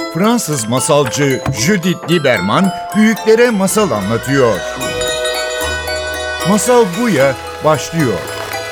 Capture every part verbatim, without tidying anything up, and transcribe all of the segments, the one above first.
Fransız masalcı Judith Lieberman büyüklere masal anlatıyor. Masal Buya başlıyor.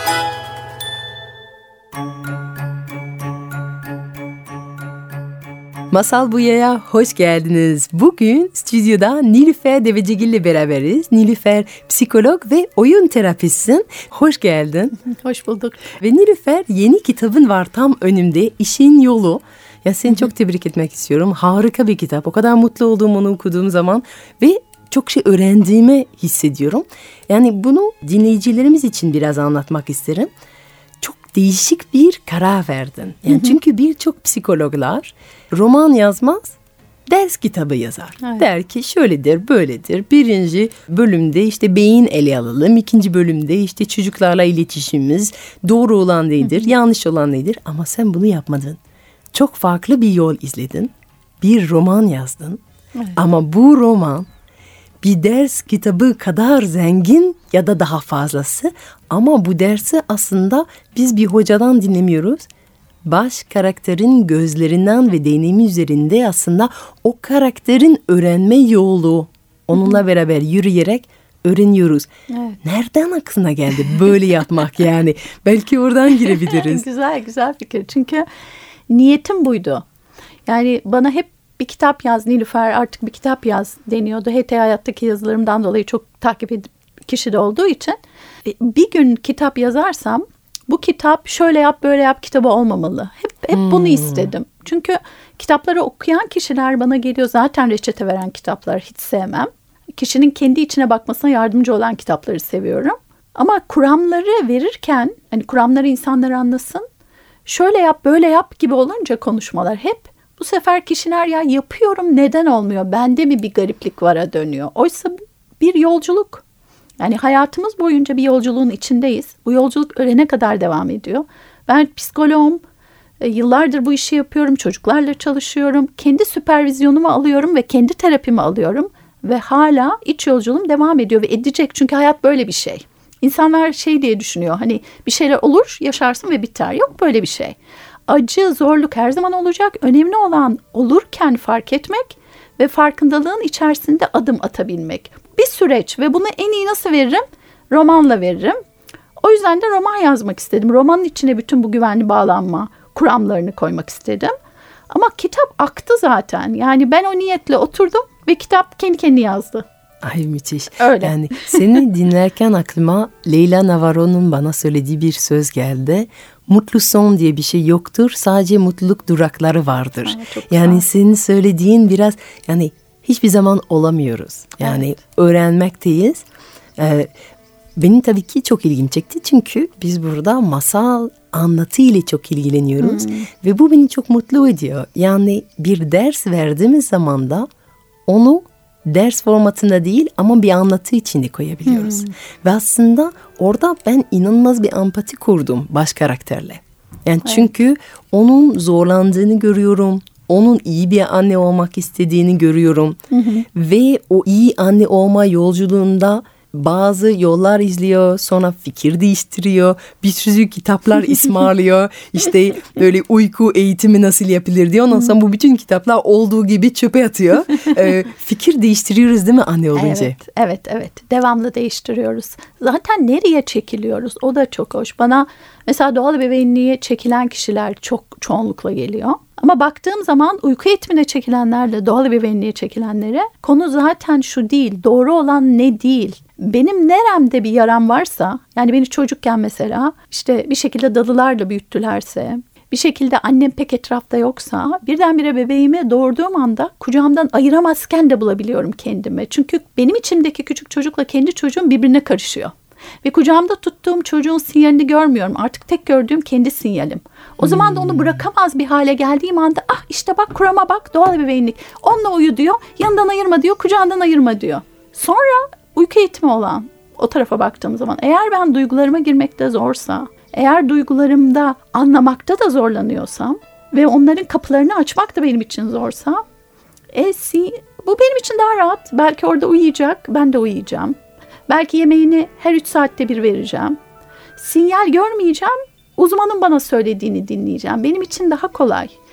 Masal Buya'ya hoş geldiniz. Bugün stüdyoda Nilüfer Devecigil ile beraberiz. Nilüfer psikolog ve oyun terapistsin. Hoş geldin. Hoş bulduk. Ve Nilüfer yeni kitabın var tam önümde. İşin Yolu. Ya seni çok tebrik etmek istiyorum. Harika bir kitap. O kadar mutlu olduğum onu okuduğum zaman ve çok şey öğrendiğimi hissediyorum. Yani bunu dinleyicilerimiz için biraz anlatmak isterim. Çok değişik bir karar verdin. Yani hı hı. Çünkü birçok psikologlar roman yazmaz, ders kitabı yazar. Evet. Der ki şöyledir, böyledir. Birinci bölümde işte beyin ele alalım. İkinci bölümde işte çocuklarla iletişimimiz, doğru olan nedir, hı hı. yanlış olan nedir? Ama sen bunu yapmadın. Çok farklı bir yol izledin. Bir roman yazdın. Evet. Ama bu roman bir ders kitabı kadar zengin ya da daha fazlası. Ama bu dersi aslında biz bir hocadan dinlemiyoruz. Baş karakterin gözlerinden ve deneyimi üzerinde aslında o karakterin öğrenme yolu. Onunla beraber yürüyerek öğreniyoruz. Evet. Nereden aklına geldi böyle yapmak yani? Belki oradan girebiliriz. Güzel güzel fikir. Çünkü niyetim buydu. Yani bana hep bir kitap yaz Nilüfer, artık bir kitap yaz deniyordu. H T Hayat'taki yazılarımdan dolayı çok takip edip kişi de olduğu için. Bir gün kitap yazarsam bu kitap şöyle yap böyle yap kitabı olmamalı. Hep hep hmm. bunu istedim. Çünkü kitapları okuyan kişiler bana geliyor, zaten reçete veren kitaplar hiç sevmem. Kişinin kendi içine bakmasına yardımcı olan kitapları seviyorum. Ama kuramları verirken, hani kuramları insanlar anlasın, şöyle yap böyle yap gibi olunca konuşmalar hep bu sefer kişiler ya yapıyorum neden olmuyor, bende mi bir gariplik vara dönüyor. Oysa bir yolculuk. Yani hayatımız boyunca bir yolculuğun içindeyiz. Bu yolculuk ölene kadar devam ediyor. Ben psikoloğum. E, yıllardır bu işi yapıyorum. Çocuklarla çalışıyorum. Kendi süpervizyonumu alıyorum ve kendi terapimi alıyorum. Ve hala iç yolculuğum devam ediyor ve edecek. Çünkü hayat böyle bir şey. İnsanlar şey diye düşünüyor. Hani bir şeyler olur, yaşarsın ve biter. Yok böyle bir şey. Acı, zorluk her zaman olacak. Önemli olan olurken fark etmek ve farkındalığın içerisinde adım atabilmek. Bir süreç ve bunu en iyi nasıl veririm? Romanla veririm. O yüzden de roman yazmak istedim. Romanın içine bütün bu güvenli bağlanma kuramlarını koymak istedim. Ama kitap aktı zaten. Yani ben o niyetle oturdum ve kitap kendi kendine yazdı. Ay müthiş. Öyle. Yani seni dinlerken aklıma Leyla Navarro'nun bana söylediği bir söz geldi. Mutlu son diye bir şey yoktur. Sadece mutluluk durakları vardır. Aa, yani senin söylediğin biraz yani hiçbir zaman olamıyoruz. Yani evet. öğrenmekteyiz. Ee, benim tabii ki çok ilgimi çekti. Çünkü biz burada masal anlatı ile çok ilgileniyoruz. Hmm. Ve bu beni çok mutlu ediyor. Yani bir ders verdiğimiz zaman da onu ders formatında değil ama bir anlatı içinde koyabiliyoruz. Hmm. Ve aslında orada ben inanılmaz bir empati kurdum baş karakterle. Yani evet. Çünkü onun zorlandığını görüyorum. Onun iyi bir anne olmak istediğini görüyorum. Hı hı. Ve o iyi anne olma yolculuğunda bazı yollar izliyor, sonra fikir değiştiriyor, bir sürü kitaplar ısmarlıyor. İşte böyle uyku eğitimi nasıl yapılır diyor. Ondan sonra bu bütün kitaplar olduğu gibi çöpe atıyor. Ee, fikir değiştiriyoruz değil mi anne olunca? Evet, evet, evet. Devamlı değiştiriyoruz. Zaten nereye çekiliyoruz? O da çok hoş. Bana mesela doğal ebeveynliğe çekilen kişiler çok çoğunlukla geliyor. Ama baktığım zaman uyku eğitimine çekilenlerle doğal ebeveynliğe çekilenlere konu zaten şu değil. Doğru olan ne değil. Benim neremde bir yaram varsa, yani beni çocukken mesela işte bir şekilde dadılarla büyüttülerse, bir şekilde annem pek etrafta yoksa, birdenbire bebeğimi doğurduğum anda kucağımdan ayıramazken de bulabiliyorum kendimi. Çünkü benim içimdeki küçük çocukla kendi çocuğum birbirine karışıyor. Ve kucağımda tuttuğum çocuğun sinyalini görmüyorum. Artık tek gördüğüm kendi sinyalim. O hmm. zaman da onu bırakamaz bir hale geldiğim anda ah işte bak kurama bak doğal ebeveynlik. Onunla uyu diyor, yanından ayırma diyor, kucağından ayırma diyor. Sonra uyku eğitimi olan o tarafa baktığım zaman eğer ben duygularıma girmekte zorsa, eğer duygularımda anlamakta da zorlanıyorsam ve onların kapılarını açmak da benim için zorsa e, si, bu benim için daha rahat. Belki orada uyuyacak, ben de uyuyacağım. Belki yemeğini her üç saatte bir vereceğim. Sinyal görmeyeceğim, uzmanın bana söylediğini dinleyeceğim. Benim için daha kolay.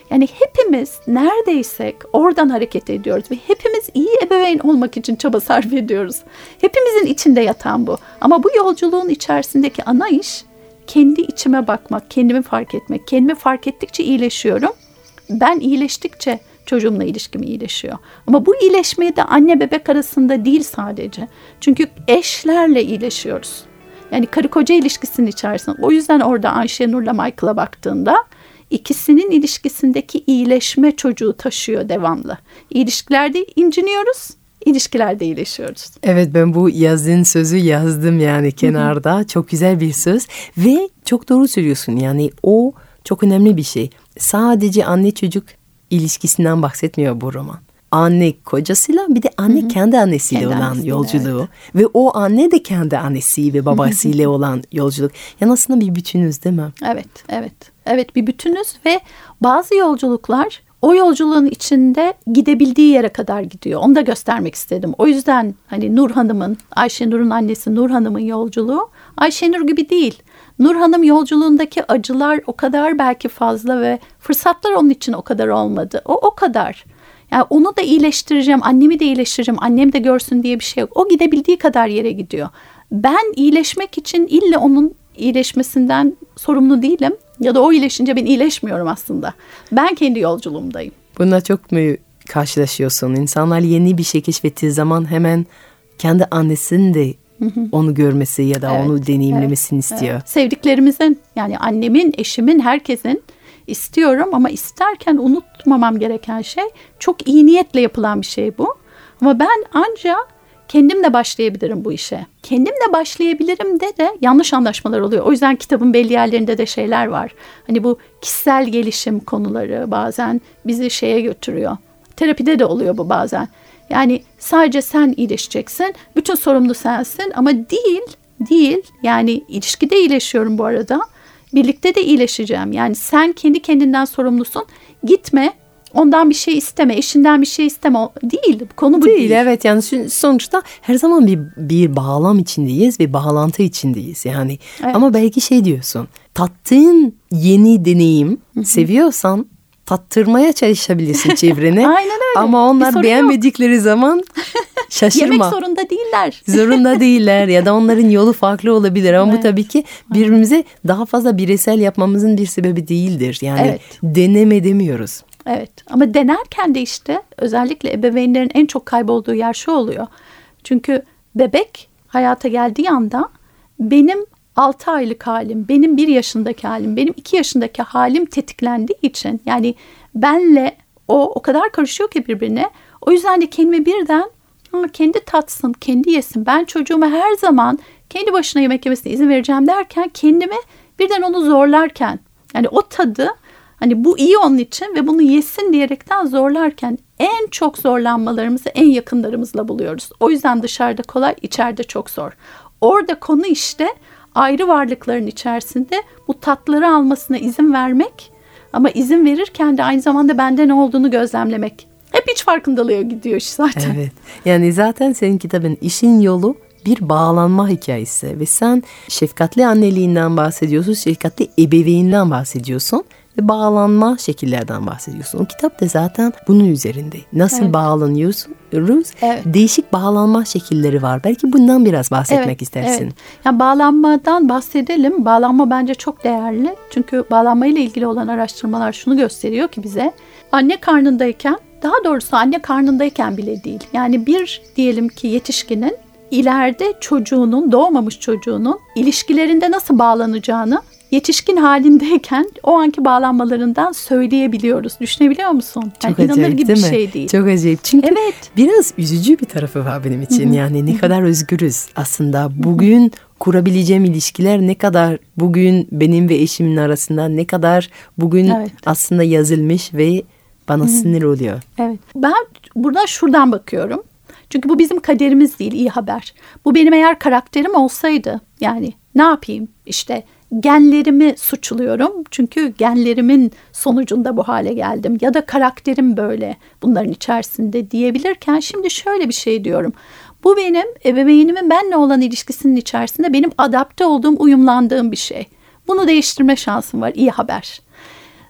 Yani hepimiz neredeysek oradan hareket ediyoruz ve hepimiz iyi ebeveyn olmak için çaba sarf ediyoruz. Hepimizin içinde yatan bu. Ama bu yolculuğun içerisindeki ana iş kendi içime bakmak, kendimi fark etmek. Kendimi fark ettikçe iyileşiyorum. Ben iyileştikçe çocuğumla ilişkim iyileşiyor. Ama bu iyileşmeyi de anne bebek arasında değil sadece. Çünkü eşlerle iyileşiyoruz. Yani karı koca ilişkisinin içerisinde. O yüzden orada Ayşenur'la Michael'a baktığında ikisinin ilişkisindeki iyileşme çocuğu taşıyor devamlı. İlişkilerde inciniyoruz, ilişkilerde iyileşiyoruz. Evet, ben bu yazdığın sözü yazdım yani kenarda. Hı hı. Çok güzel bir söz ve çok doğru söylüyorsun. Yani o çok önemli bir şey. Sadece anne çocuk ilişkisinden bahsetmiyor bu roman. Anne kocasıyla bir de anne hı hı. kendi annesiyle kendi olan annesiyle, yolculuğu. Evet. Ve o anne de kendi annesi ve babasıyla olan yolculuk. Yani aslında bir bütünüz değil mi? Evet, evet. Evet, bir bütünüz ve bazı yolculuklar o yolculuğun içinde gidebildiği yere kadar gidiyor. Onu da göstermek istedim. O yüzden hani Nur Hanım'ın, Ayşenur'un annesi Nur Hanım'ın yolculuğu Ayşenur gibi değil. Nur Hanım yolculuğundaki acılar o kadar belki fazla ve fırsatlar onun için o kadar olmadı. O o kadar. Yani onu da iyileştireceğim, annemi de iyileştireceğim, annem de görsün diye bir şey yok. O gidebildiği kadar yere gidiyor. Ben iyileşmek için illa onun iyileşmesinden sorumlu değilim. Ya da o iyileşince ben iyileşmiyorum aslında. Ben kendi yolculuğumdayım. Bununla çok mu karşılaşıyorsun? İnsanlar yeni bir şey keşfettiği zaman hemen kendi annesinin de onu görmesi ya da evet, onu deneyimlemesini evet, istiyor. Evet. Sevdiklerimizin, yani annemin, eşimin, herkesin istiyorum ama isterken unutmamam gereken şey çok iyi niyetle yapılan bir şey bu. Ama ben ancak kendim de başlayabilirim bu işe. Kendim de başlayabilirim de de yanlış anlaşmalar oluyor. O yüzden kitabın belli yerlerinde de şeyler var. Hani bu kişisel gelişim konuları bazen bizi şeye götürüyor. Terapide de oluyor bu bazen. Yani sadece sen iyileşeceksin, bütün sorumlu sensin ama değil, değil. Yani ilişkide iyileşiyorum bu arada. Birlikte de iyileşeceğim. Yani sen kendi kendinden sorumlusun. Gitme, ondan bir şey isteme, eşinden bir şey isteme. Değil, konu bu değil. Değil, evet. Yani sonuçta her zaman bir bir bağlam içindeyiz ve bağlantı içindeyiz. Yani evet. Ama belki şey diyorsun. Tattığın yeni deneyim Hı-hı. seviyorsan tattırmaya çalışabilirsin çevrene. Aynen öyle. Ama onlar beğenmedikleri yok. Zaman şaşırma. Yemek zorunda değiller. Zorunda değiller ya da onların yolu farklı olabilir. Ama evet. Bu tabii ki birbirimize daha fazla bireysel yapmamızın bir sebebi değildir. Yani evet. deneme demiyoruz. Evet, ama denerken de işte özellikle ebeveynlerin en çok kaybolduğu yer şu oluyor. Çünkü bebek hayata geldiği anda benim altı aylık halim, benim bir yaşındaki halim, benim iki yaşındaki halim tetiklendiği için, yani benle o o kadar karışıyor ki birbirine. O yüzden de kendimi birden kendi tatsın, kendi yesin. Ben çocuğuma her zaman kendi başına yemek yemesine izin vereceğim derken kendimi birden onu zorlarken, yani o tadı, hani bu iyi onun için ve bunu yesin diyerekten zorlarken en çok zorlanmalarımızı en yakınlarımızla buluyoruz. O yüzden dışarıda kolay, içeride çok zor. Orada konu işte ayrı varlıkların içerisinde bu tatları almasına izin vermek, ama izin verirken de aynı zamanda bende ne olduğunu gözlemlemek. Hep iç farkındalığa gidiyor iş zaten. Evet. Yani zaten senin kitabın işin yolu bir bağlanma hikayesi ve sen şefkatli anneliğinden bahsediyorsun, şefkatli ebeveyninden bahsediyorsun ve bağlanma şekillerden bahsediyorsun. O kitap da zaten bunun üzerinde. Nasıl evet. bağlanıyoruz? Evet. Değişik bağlanma şekilleri var. Belki bundan biraz bahsetmek evet, istersin. Evet. Yani bağlanmadan bahsedelim. Bağlanma bence çok değerli. Çünkü bağlanmayla ilgili olan araştırmalar şunu gösteriyor ki bize, anne karnındayken, daha doğrusu anne karnındayken bile değil. Yani bir diyelim ki yetişkinin ileride çocuğunun, doğmamış çocuğunun ilişkilerinde nasıl bağlanacağını yetişkin halindeyken o anki bağlanmalarından söyleyebiliyoruz. Düşünebiliyor musun? Yani çok acayip, gibi bir şey değil. Çok acayip. Çünkü evet. biraz üzücü bir tarafı var benim için. Hı-hı. Yani ne Hı-hı. kadar özgürüz aslında. Bugün Hı-hı. kurabileceğim ilişkiler ne kadar bugün benim ve eşimin arasında ne kadar bugün evet. aslında yazılmış ve bana Hı-hı. sinir oluyor. Evet. Ben burada şuradan bakıyorum. Çünkü bu bizim kaderimiz değil, iyi haber. Bu benim eğer karakterim olsaydı, yani ne yapayım işte genlerimi suçluyorum. Çünkü genlerimin sonucunda bu hale geldim. Ya da karakterim böyle bunların içerisinde diyebilirken şimdi şöyle bir şey diyorum. Bu benim ebeveynimin benimle olan ilişkisinin içerisinde benim adapte olduğum, uyumlandığım bir şey. Bunu değiştirme şansım var, iyi haber.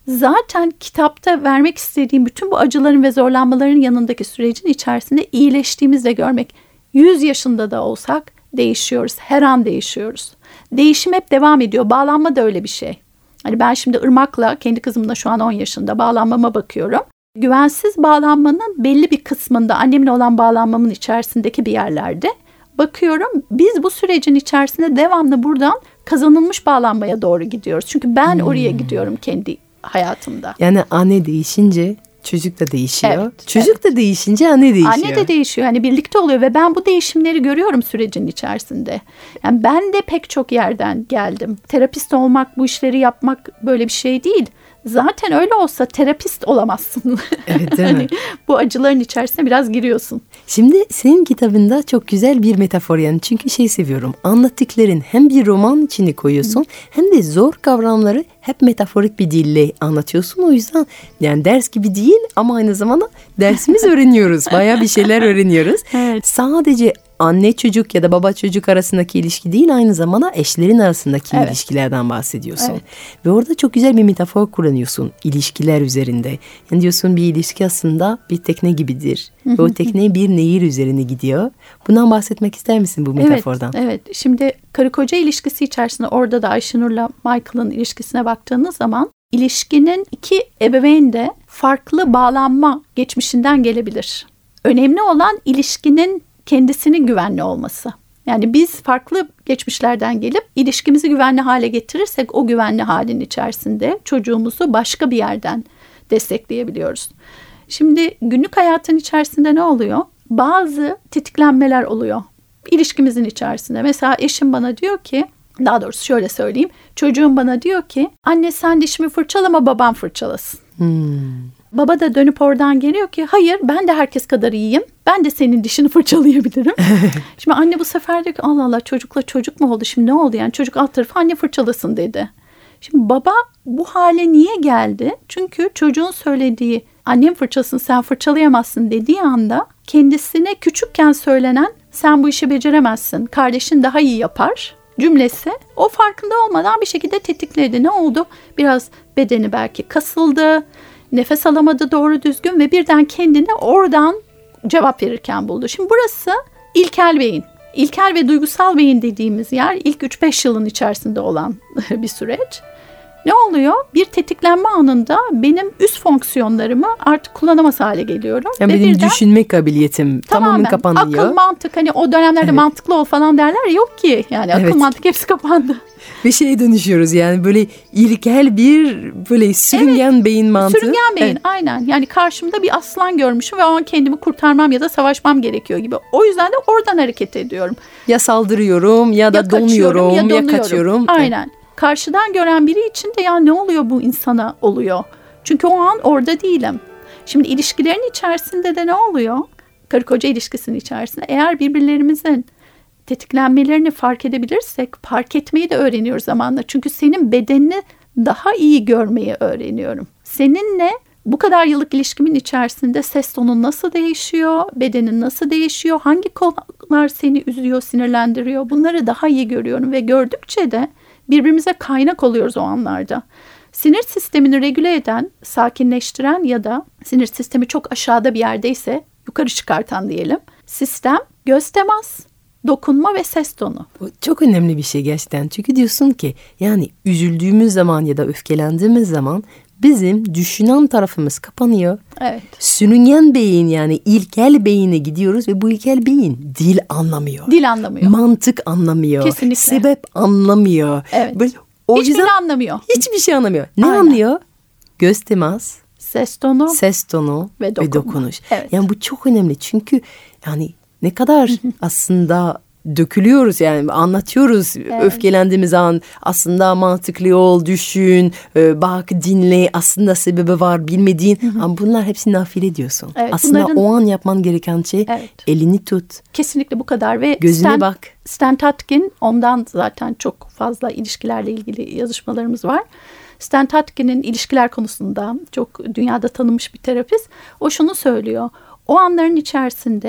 zaten kitapta vermek istediğim bütün bu acıların ve zorlanmaların yanındaki sürecin içerisinde iyileştiğimizi de görmek. yüz yaşında da olsak değişiyoruz. Her an değişiyoruz. Değişim hep devam ediyor. Bağlanma da öyle bir şey. Hani ben şimdi Irmak'la, kendi kızım da şu an on yaşında, bağlanmama bakıyorum. Güvensiz bağlanmanın belli bir kısmında, annemle olan bağlanmamın içerisindeki bir yerlerde bakıyorum. Biz bu sürecin içerisinde devamlı buradan kazanılmış bağlanmaya doğru gidiyoruz. Çünkü ben hmm. oraya gidiyorum kendi hayatımda. Yani anne değişince çocuk da değişiyor. Evet, çocuk evet. da değişince anne değişiyor. Anne de değişiyor. Yani birlikte oluyor ve ben bu değişimleri görüyorum sürecin içerisinde. Yani ben de pek çok yerden geldim. Terapist olmak, bu işleri yapmak böyle bir şey değil. Zaten öyle olsa terapist olamazsın. Evet, değil mi? Hani bu acıların içerisine biraz giriyorsun. Şimdi senin kitabında çok güzel bir metafor, yani çünkü şey seviyorum. Anlattıkların hem bir roman içine koyuyorsun Hı. hem de zor kavramları hep metaforik bir dille anlatıyorsun. O yüzden yani ders gibi değil ama aynı zamanda dersimiz öğreniyoruz. Bayağı bir şeyler öğreniyoruz. Evet. Sadece anne çocuk ya da baba çocuk arasındaki ilişki değil, aynı zamanda eşlerin arasındaki evet. ilişkilerden bahsediyorsun. Evet. Ve orada çok güzel bir metafor kullanıyorsun ilişkiler üzerinde. Yani diyorsun bir ilişki aslında bir tekne gibidir. Ve o tekne bir nehir üzerine gidiyor. Bundan bahsetmek ister misin bu metafordan? Evet, evet. Şimdi karı koca ilişkisi içerisinde orada da Ayşenur'la Michael'ın ilişkisine baktığınız zaman ilişkinin iki ebeveyn de farklı bağlanma geçmişinden gelebilir. Önemli olan ilişkinin kendisinin güvenli olması. Yani biz farklı geçmişlerden gelip ilişkimizi güvenli hale getirirsek o güvenli halin içerisinde çocuğumuzu başka bir yerden destekleyebiliyoruz. Şimdi günlük hayatın içerisinde ne oluyor? Bazı tetiklenmeler oluyor ilişkimizin içerisinde. Mesela eşim bana diyor ki, daha doğrusu şöyle söyleyeyim. Çocuğum bana diyor ki, anne sen dişimi fırçalama, babam fırçalasın. Hmm. Baba da dönüp oradan geliyor ki, hayır ben de herkes kadar iyiyim. Ben de senin dişini fırçalayabilirim. Şimdi anne bu sefer diyor ki, Allah Allah çocukla çocuk mu oldu? Şimdi ne oldu yani? Çocuk alt tarafı anne fırçalasın dedi. Şimdi baba bu hale niye geldi? Çünkü çocuğun söylediği, annem fırçalasın sen fırçalayamazsın dediği anda kendisine küçükken söylenen, sen bu işi beceremezsin, kardeşin daha iyi yapar cümlesi o farkında olmadan bir şekilde tetikledi. Ne oldu? Biraz bedeni belki kasıldı, nefes alamadı doğru düzgün ve birden kendini oradan cevap verirken buldu. Şimdi burası ilkel beyin. İlkel ve duygusal beyin dediğimiz yer ilk üç beş yılın içerisinde olan bir süreç. Ne oluyor? Bir tetiklenme anında benim üst fonksiyonlarımı artık kullanamaz hale geliyorum. Yani ve benim birden, düşünme kabiliyetim tamamen kapanıyor. Akıl, mantık, hani o dönemlerde evet. mantıklı ol falan derler, yok ki. Yani akıl, evet. mantık hepsi kapandı. Ve şeye dönüşüyoruz yani böyle ilkel bir böyle sürüngen evet, beyin mantığı. Sürüngen beyin evet. aynen. Yani karşımda bir aslan görmüşüm ve o an kendimi kurtarmam ya da savaşmam gerekiyor gibi. O yüzden de oradan hareket ediyorum. Ya saldırıyorum ya da ya donuyorum ya, donuyorum, ya kaçıyorum. Aynen. Karşıdan gören biri için de ya ne oluyor bu insana oluyor. Çünkü o an orada değilim. Şimdi ilişkilerin içerisinde de ne oluyor? Karı koca ilişkisinin içerisinde eğer birbirlerimizin tetiklenmelerini fark edebilirsek fark etmeyi de öğreniyoruz zamanla. Çünkü senin bedenini daha iyi görmeyi öğreniyorum. Seninle bu kadar yıllık ilişkimin içerisinde ses tonun nasıl değişiyor, bedenin nasıl değişiyor, hangi konular seni üzüyor, sinirlendiriyor, bunları daha iyi görüyorum ve gördükçe de birbirimize kaynak oluyoruz o anlarda. Sinir sistemini regüle eden, sakinleştiren ya da sinir sistemi çok aşağıda bir yerdeyse yukarı çıkartan diyelim. Sistem göz temas, dokunma ve ses tonu. Bu çok önemli bir şey gerçekten. Çünkü diyorsun ki yani üzüldüğümüz zaman ya da öfkelendiğimiz zaman bizim düşünen tarafımız kapanıyor. Evet. Sürüngen beyin yani ilkel beyine gidiyoruz ve bu ilkel beyin dil anlamıyor. Dil anlamıyor. Mantık anlamıyor. Kesinlikle. Sebep anlamıyor. Evet. Böyle, o hiçbir şey anlamıyor. Hiçbir şey anlamıyor. Ne Aynen. anlıyor? Göz temas, ses tonu, ses tonu ve, ve dokunuş. Evet. Yani bu çok önemli çünkü yani ne kadar aslında dökülüyoruz yani anlatıyoruz evet. öfkelendiğimiz an aslında mantıklı ol, düşün, bak, dinle, aslında sebebi var bilmediğin hı hı. ama bunlar hepsini nafile diyorsun. Evet, aslında bunların... o an yapman gereken şey evet. elini tut. Kesinlikle bu kadar ve gözüne Stan, bak. Stan Tatkin, ondan zaten çok fazla ilişkilerle ilgili yazışmalarımız var. Stan Tatkin'in ilişkiler konusunda çok dünyada tanınmış bir terapist. O şunu söylüyor. O anların içerisinde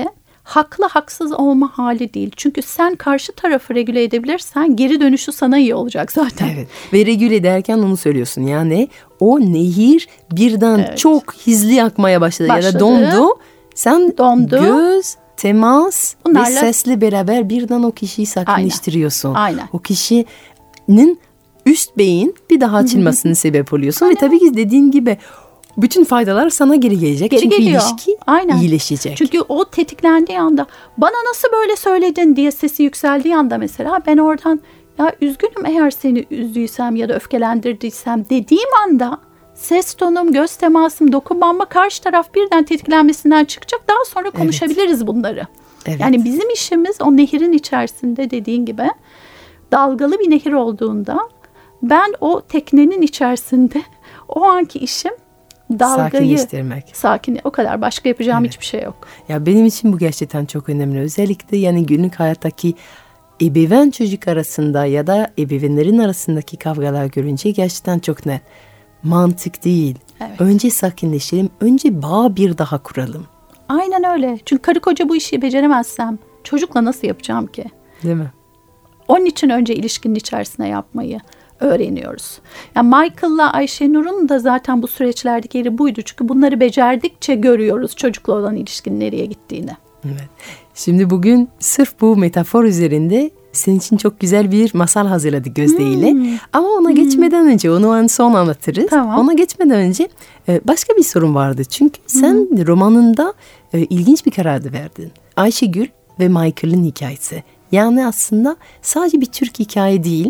haklı haksız olma hali değil. Çünkü sen karşı tarafı regüle edebilirsen geri dönüşü sana iyi olacak zaten. Evet. Ve regüle ederken onu söylüyorsun. Yani o nehir birden Evet. çok hızlı akmaya başladı, Başladı. ya da dondu. Sen Dondu. göz, temas Bunlarla- ve sesle beraber birden o kişiyi sakinleştiriyorsun. Aynen. O kişinin üst beyin bir daha açılmasını sebep oluyorsun. Ve tabii ki dediğin gibi bütün faydalar sana geri gelecek. Geri Çünkü geliyor. ilişki Aynen. iyileşecek. Çünkü o tetiklendiği anda bana nasıl böyle söyledin diye sesi yükseldiği anda mesela ben oradan ya üzgünüm eğer seni üzdüysem ya da öfkelendirdiysem dediğim anda ses tonum, göz temasım, dokunmam karşı taraf birden tetiklenmesinden çıkacak. Daha sonra konuşabiliriz bunları. Evet. Yani bizim işimiz o nehirin içerisinde dediğin gibi dalgalı bir nehir olduğunda ben o teknenin içerisinde o anki işim dalgayı Sakinleştirmek. sakin, o kadar başka yapacağım Evet. hiçbir şey yok. Ya benim için bu gerçekten çok önemli. Özellikle yani günlük hayattaki ebeveyn çocuk arasında ya da ebeveynlerin arasındaki kavgalar görünce gerçekten çok net. Mantık değil. Evet. Önce sakinleşelim, önce bağ bir daha kuralım. Aynen öyle. Çünkü karı koca bu işi beceremezsem çocukla nasıl yapacağım ki? Değil mi? Onun için önce ilişkinin içerisine yapmayı öğreniyoruz. Yani Michael'la Ayşenur'un da zaten bu süreçlerdeki yeri buydu. Çünkü bunları becerdikçe görüyoruz çocukla olan ilişkinin nereye gittiğini. Evet. Şimdi bugün sırf bu metafor üzerinde senin için çok güzel bir masal hazırladık Gözde ile. Hmm. Ama ona geçmeden önce, onu en son anlatırız. Tamam. Ona geçmeden önce e, başka bir sorun vardı. Çünkü sen romanında e, ilginç bir karar verdin. Ayşegül ve Michael'ın hikayesi. Yani aslında sadece bir Türk hikaye değil.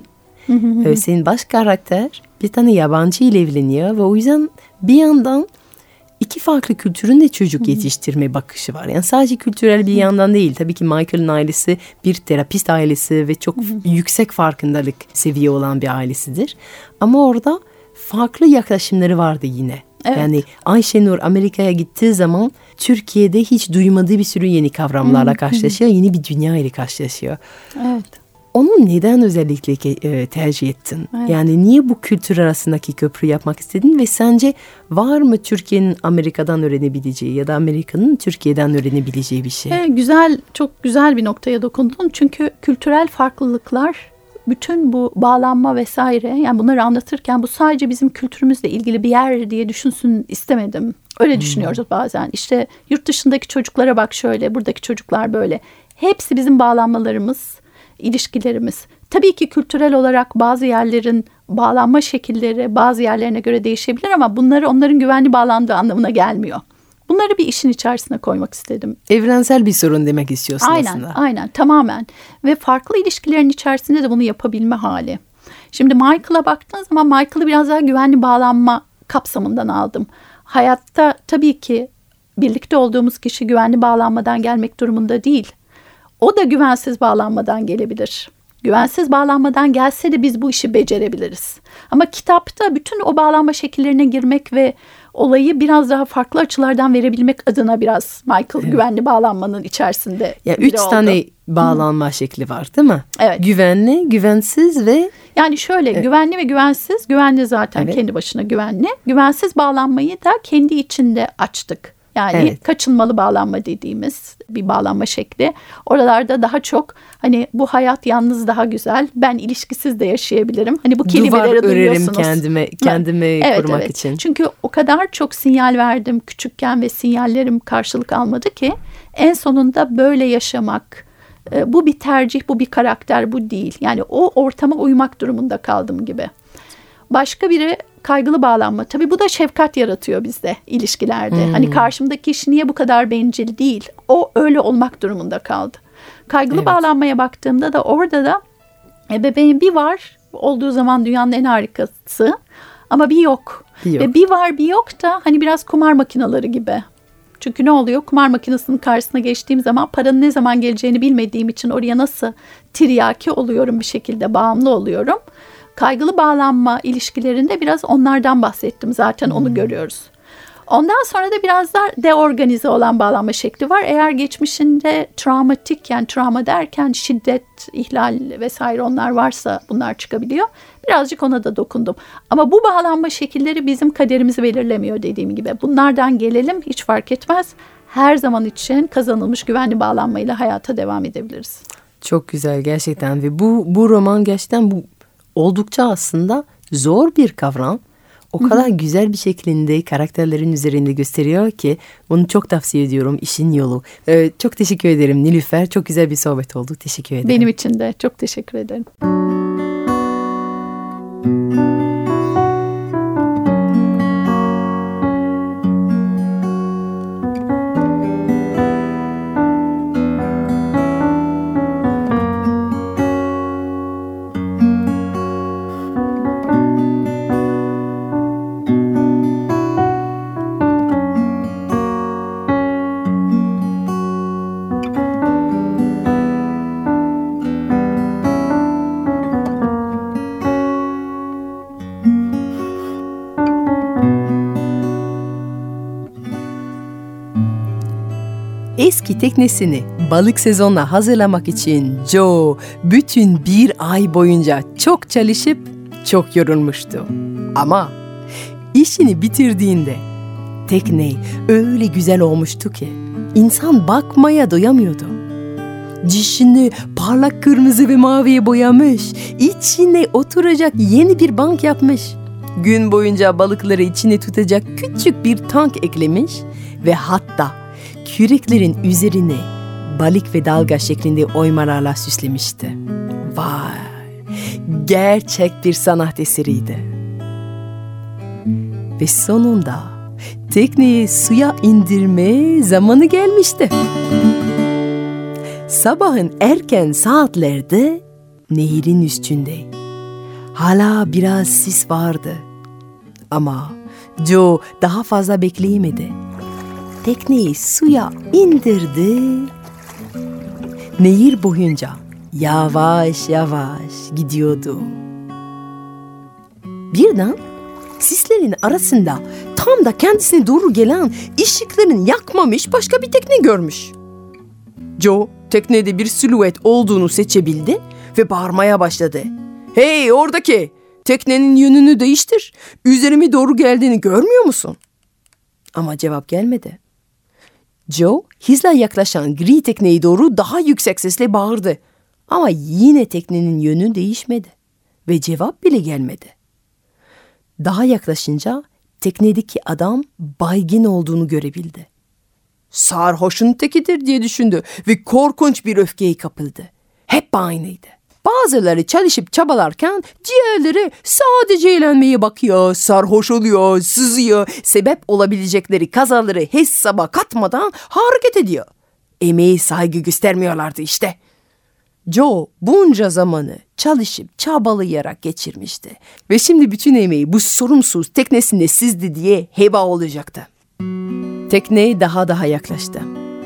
e, senin baş karakter bir tane yabancı ile evleniyor ve o yüzden bir yandan İki farklı kültürün de çocuk yetiştirme bakışı var. Yani sadece kültürel bir yandan değil. Tabii ki Michael'ın ailesi bir terapist ailesi ve çok yüksek farkındalık seviye olan bir ailesidir. Ama orada farklı yaklaşımları vardı yine. Evet. Yani Ayşenur Amerika'ya gittiği zaman Türkiye'de hiç duymadığı bir sürü yeni kavramlarla karşılaşıyor. Yeni bir dünya ile karşılaşıyor. Evet. Onu neden özellikle e, tercih ettin? Evet. Yani niye bu kültür arasındaki köprü yapmak istedin ve sence var mı Türkiye'nin Amerika'dan öğrenebileceği ya da Amerika'nın Türkiye'den öğrenebileceği bir şey? Evet, güzel, çok güzel bir noktaya dokundun. Çünkü kültürel farklılıklar, bütün bu bağlanma vesaire, yani bunları anlatırken bu sadece bizim kültürümüzle ilgili bir yer diye düşünsün istemedim. Öyle düşünüyoruz bazen. İşte yurt dışındaki çocuklara bak şöyle, buradaki çocuklar böyle. Hepsi bizim bağlanmalarımız, ilişkilerimiz. Tabii ki kültürel olarak bazı yerlerin bağlanma şekilleri bazı yerlerine göre değişebilir ama bunları onların güvenli bağlandığı anlamına gelmiyor. Bunları bir işin içerisine koymak istedim. Evrensel bir sorun demek istiyorsun aynen, aslında. Aynen, tamamen. Ve farklı ilişkilerin içerisinde de bunu yapabilme hali. Şimdi Michael'a baktığın zaman Michael'ı biraz daha güvenli bağlanma kapsamından aldım. Hayatta tabii ki birlikte olduğumuz kişi güvenli bağlanmadan gelmek durumunda değil. O da güvensiz bağlanmadan gelebilir. Güvensiz bağlanmadan gelse de biz bu işi becerebiliriz. Ama kitapta bütün o bağlanma şekillerine girmek ve olayı biraz daha farklı açılardan verebilmek adına biraz Michael evet. güvenli bağlanmanın içerisinde ya biri üç oldu. tane bağlanma Hı. şekli var değil mi? Evet. Güvenli, güvensiz ve... Yani şöyle evet. güvenli ve güvensiz. Güvenli zaten evet. kendi başına güvenli. Güvensiz bağlanmayı da kendi içinde açtık. Yani evet. kaçınmalı bağlanma dediğimiz bir bağlanma şekli. Oralarda daha çok hani bu hayat yalnız daha güzel. Ben ilişkisiz de yaşayabilirim. Hani bu kelimeleri duyuyorsunuz. Duvar örerim kendime, kendimi evet, korumak evet. için. Çünkü o kadar çok sinyal verdim küçükken ve sinyallerim karşılık almadı ki en sonunda böyle yaşamak. Bu bir tercih, bu bir karakter, bu değil. Yani o ortama uymak durumunda kaldım gibi. Başka biri kaygılı bağlanma. Tabii bu da şefkat yaratıyor bizde ilişkilerde. Hmm. Hani karşımdaki kişi niye bu kadar bencil değil? O öyle olmak durumunda kaldı. Kaygılı evet. bağlanmaya baktığımda da orada da bebeğin bir var olduğu zaman dünyanın en harikası ama bir yok. yok. Ve bir var bir yok da hani biraz kumar makineleri gibi. Çünkü ne oluyor? Kumar makinesinin karşısına geçtiğim zaman paranın ne zaman geleceğini bilmediğim için oraya nasıl tiryaki oluyorum bir şekilde bağımlı oluyorum. Kaygılı bağlanma ilişkilerinde biraz onlardan bahsettim zaten hmm. onu görüyoruz. Ondan sonra da biraz da deorganize olan bağlanma şekli var. Eğer geçmişinde travmatik yani travma derken şiddet, ihlal vesaire onlar varsa bunlar çıkabiliyor. Birazcık ona da dokundum. Ama bu bağlanma şekilleri bizim kaderimizi belirlemiyor dediğim gibi. Bunlardan gelelim hiç fark etmez. her zaman için kazanılmış güvenli bağlanmayla hayata devam edebiliriz. Çok güzel gerçekten ve bu bu roman gerçekten bu oldukça aslında zor bir kavram. O kadar Hı-hı. güzel bir şekilde karakterlerin üzerinde gösteriyor ki bunu çok tavsiye ediyorum. İşin Yolu. Ee, çok teşekkür ederim Nilüfer. Çok güzel bir sohbet oldu. Teşekkür ederim. Benim için de çok teşekkür ederim. Eski teknesini balık sezonuna hazırlamak için Joe bütün bir ay boyunca çok çalışıp çok yorulmuştu. Ama işini bitirdiğinde tekne öyle güzel olmuştu ki insan bakmaya doyamıyordu. Dişini parlak kırmızı ve maviye boyamış, içine oturacak yeni bir bank yapmış. Gün boyunca balıkları içine tutacak küçük bir tank eklemiş ve hatta küreklerin üzerine balık ve dalga şeklinde oymalarla süslemişti. Vay! Gerçek bir sanat eseriydi. Ve sonunda tekneyi suya indirme zamanı gelmişti. Sabahın erken saatlerde nehirin üstünde hala biraz sis vardı. Ama Joe daha fazla bekleyemedi. Tekneyi suya indirdi. Nehir boyunca yavaş yavaş gidiyordu. Birden sislerin arasında tam da kendisine doğru gelen ışıkların yakmamış başka bir tekne görmüş. Joe teknede bir silüet olduğunu seçebildi ve bağırmaya başladı. Hey oradaki! Teknenin yönünü değiştir. Üzerime doğru geldiğini görmüyor musun? Ama cevap gelmedi. Joe hızla yaklaşan gri tekneye doğru daha yüksek sesle bağırdı. Ama yine teknenin yönü değişmedi ve cevap bile gelmedi. Daha yaklaşınca teknedeki adam baygın olduğunu görebildi. Sarhoşun tekidir diye düşündü ve korkunç bir öfkeye kapıldı. Hep aynıydı. Bazıları çalışıp çabalarken diğerleri sadece eğlenmeye bakıyor, sarhoş oluyor, sızıyor, sebep olabilecekleri kazaları hesaba katmadan hareket ediyor. Emeğe saygı göstermiyorlardı işte. Joe bunca zamanı çalışıp çabalayarak geçirmişti ve şimdi bütün emeği bu sorumsuz teknesinde sizdi diye heba olacaktı. Tekne daha daha yaklaştı.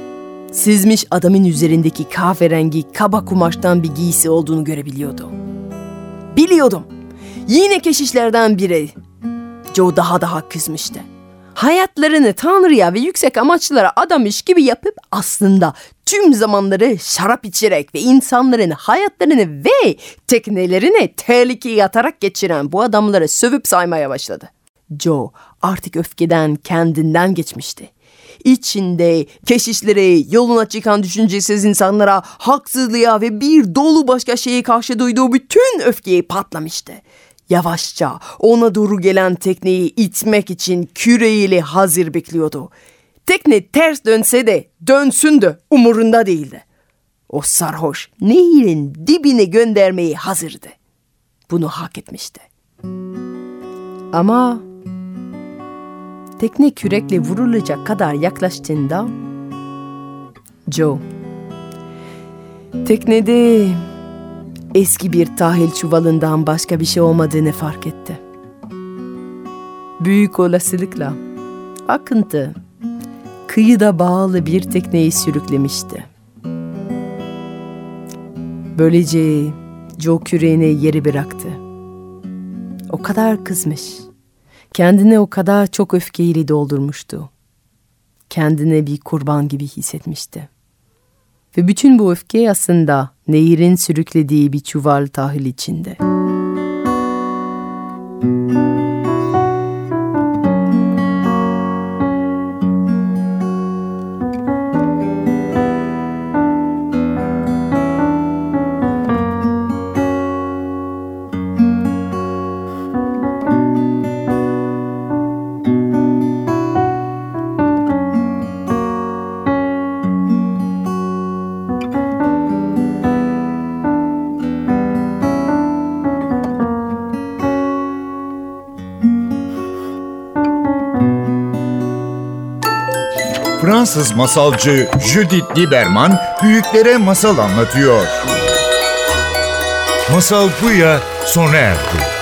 Sızmış adamın üzerindeki kahverengi kaba kumaştan bir giysi olduğunu görebiliyordu. Biliyordum. Yine keşişlerden biri. Joe daha daha kızmıştı. Hayatlarını Tanrı'ya ve yüksek amaçlara adamış gibi yapıp aslında tüm zamanları şarap içerek ve insanların hayatlarını ve teknelerini tehlikeye atarak geçiren bu adamları sövüp saymaya başladı. Joe artık öfkeden kendinden geçmişti. İçinde keşişlere, yoluna çıkan düşüncesiz insanlara, haksızlığa ve bir dolu başka şeye karşı duyduğu bütün öfkeyi patlamıştı. Yavaşça ona doğru gelen tekneyi itmek için küreğiyle hazır bekliyordu. Tekne ters dönse de dönsün de umurunda değildi. O sarhoş nehirin dibine göndermeyi hazırdı. Bunu hak etmişti. Ama tekne kürekle vurulacak kadar yaklaştığında Joe teknede eski bir tahıl çuvalından başka bir şey olmadığını fark etti. Büyük olasılıkla akıntı kıyıda bağlı bir tekneyi sürüklemişti. Böylece Joe küreğini yeri bıraktı. O kadar kızmış. Kendini o kadar çok öfkeyle doldurmuştu. Kendini bir kurban gibi hissetmişti. Ve bütün bu öfke aslında nehirin sürüklediği bir çuval tahıl içinde. Fransız masalcı Judith Lieberman büyüklere masal anlatıyor. Masal Buya sona erdi.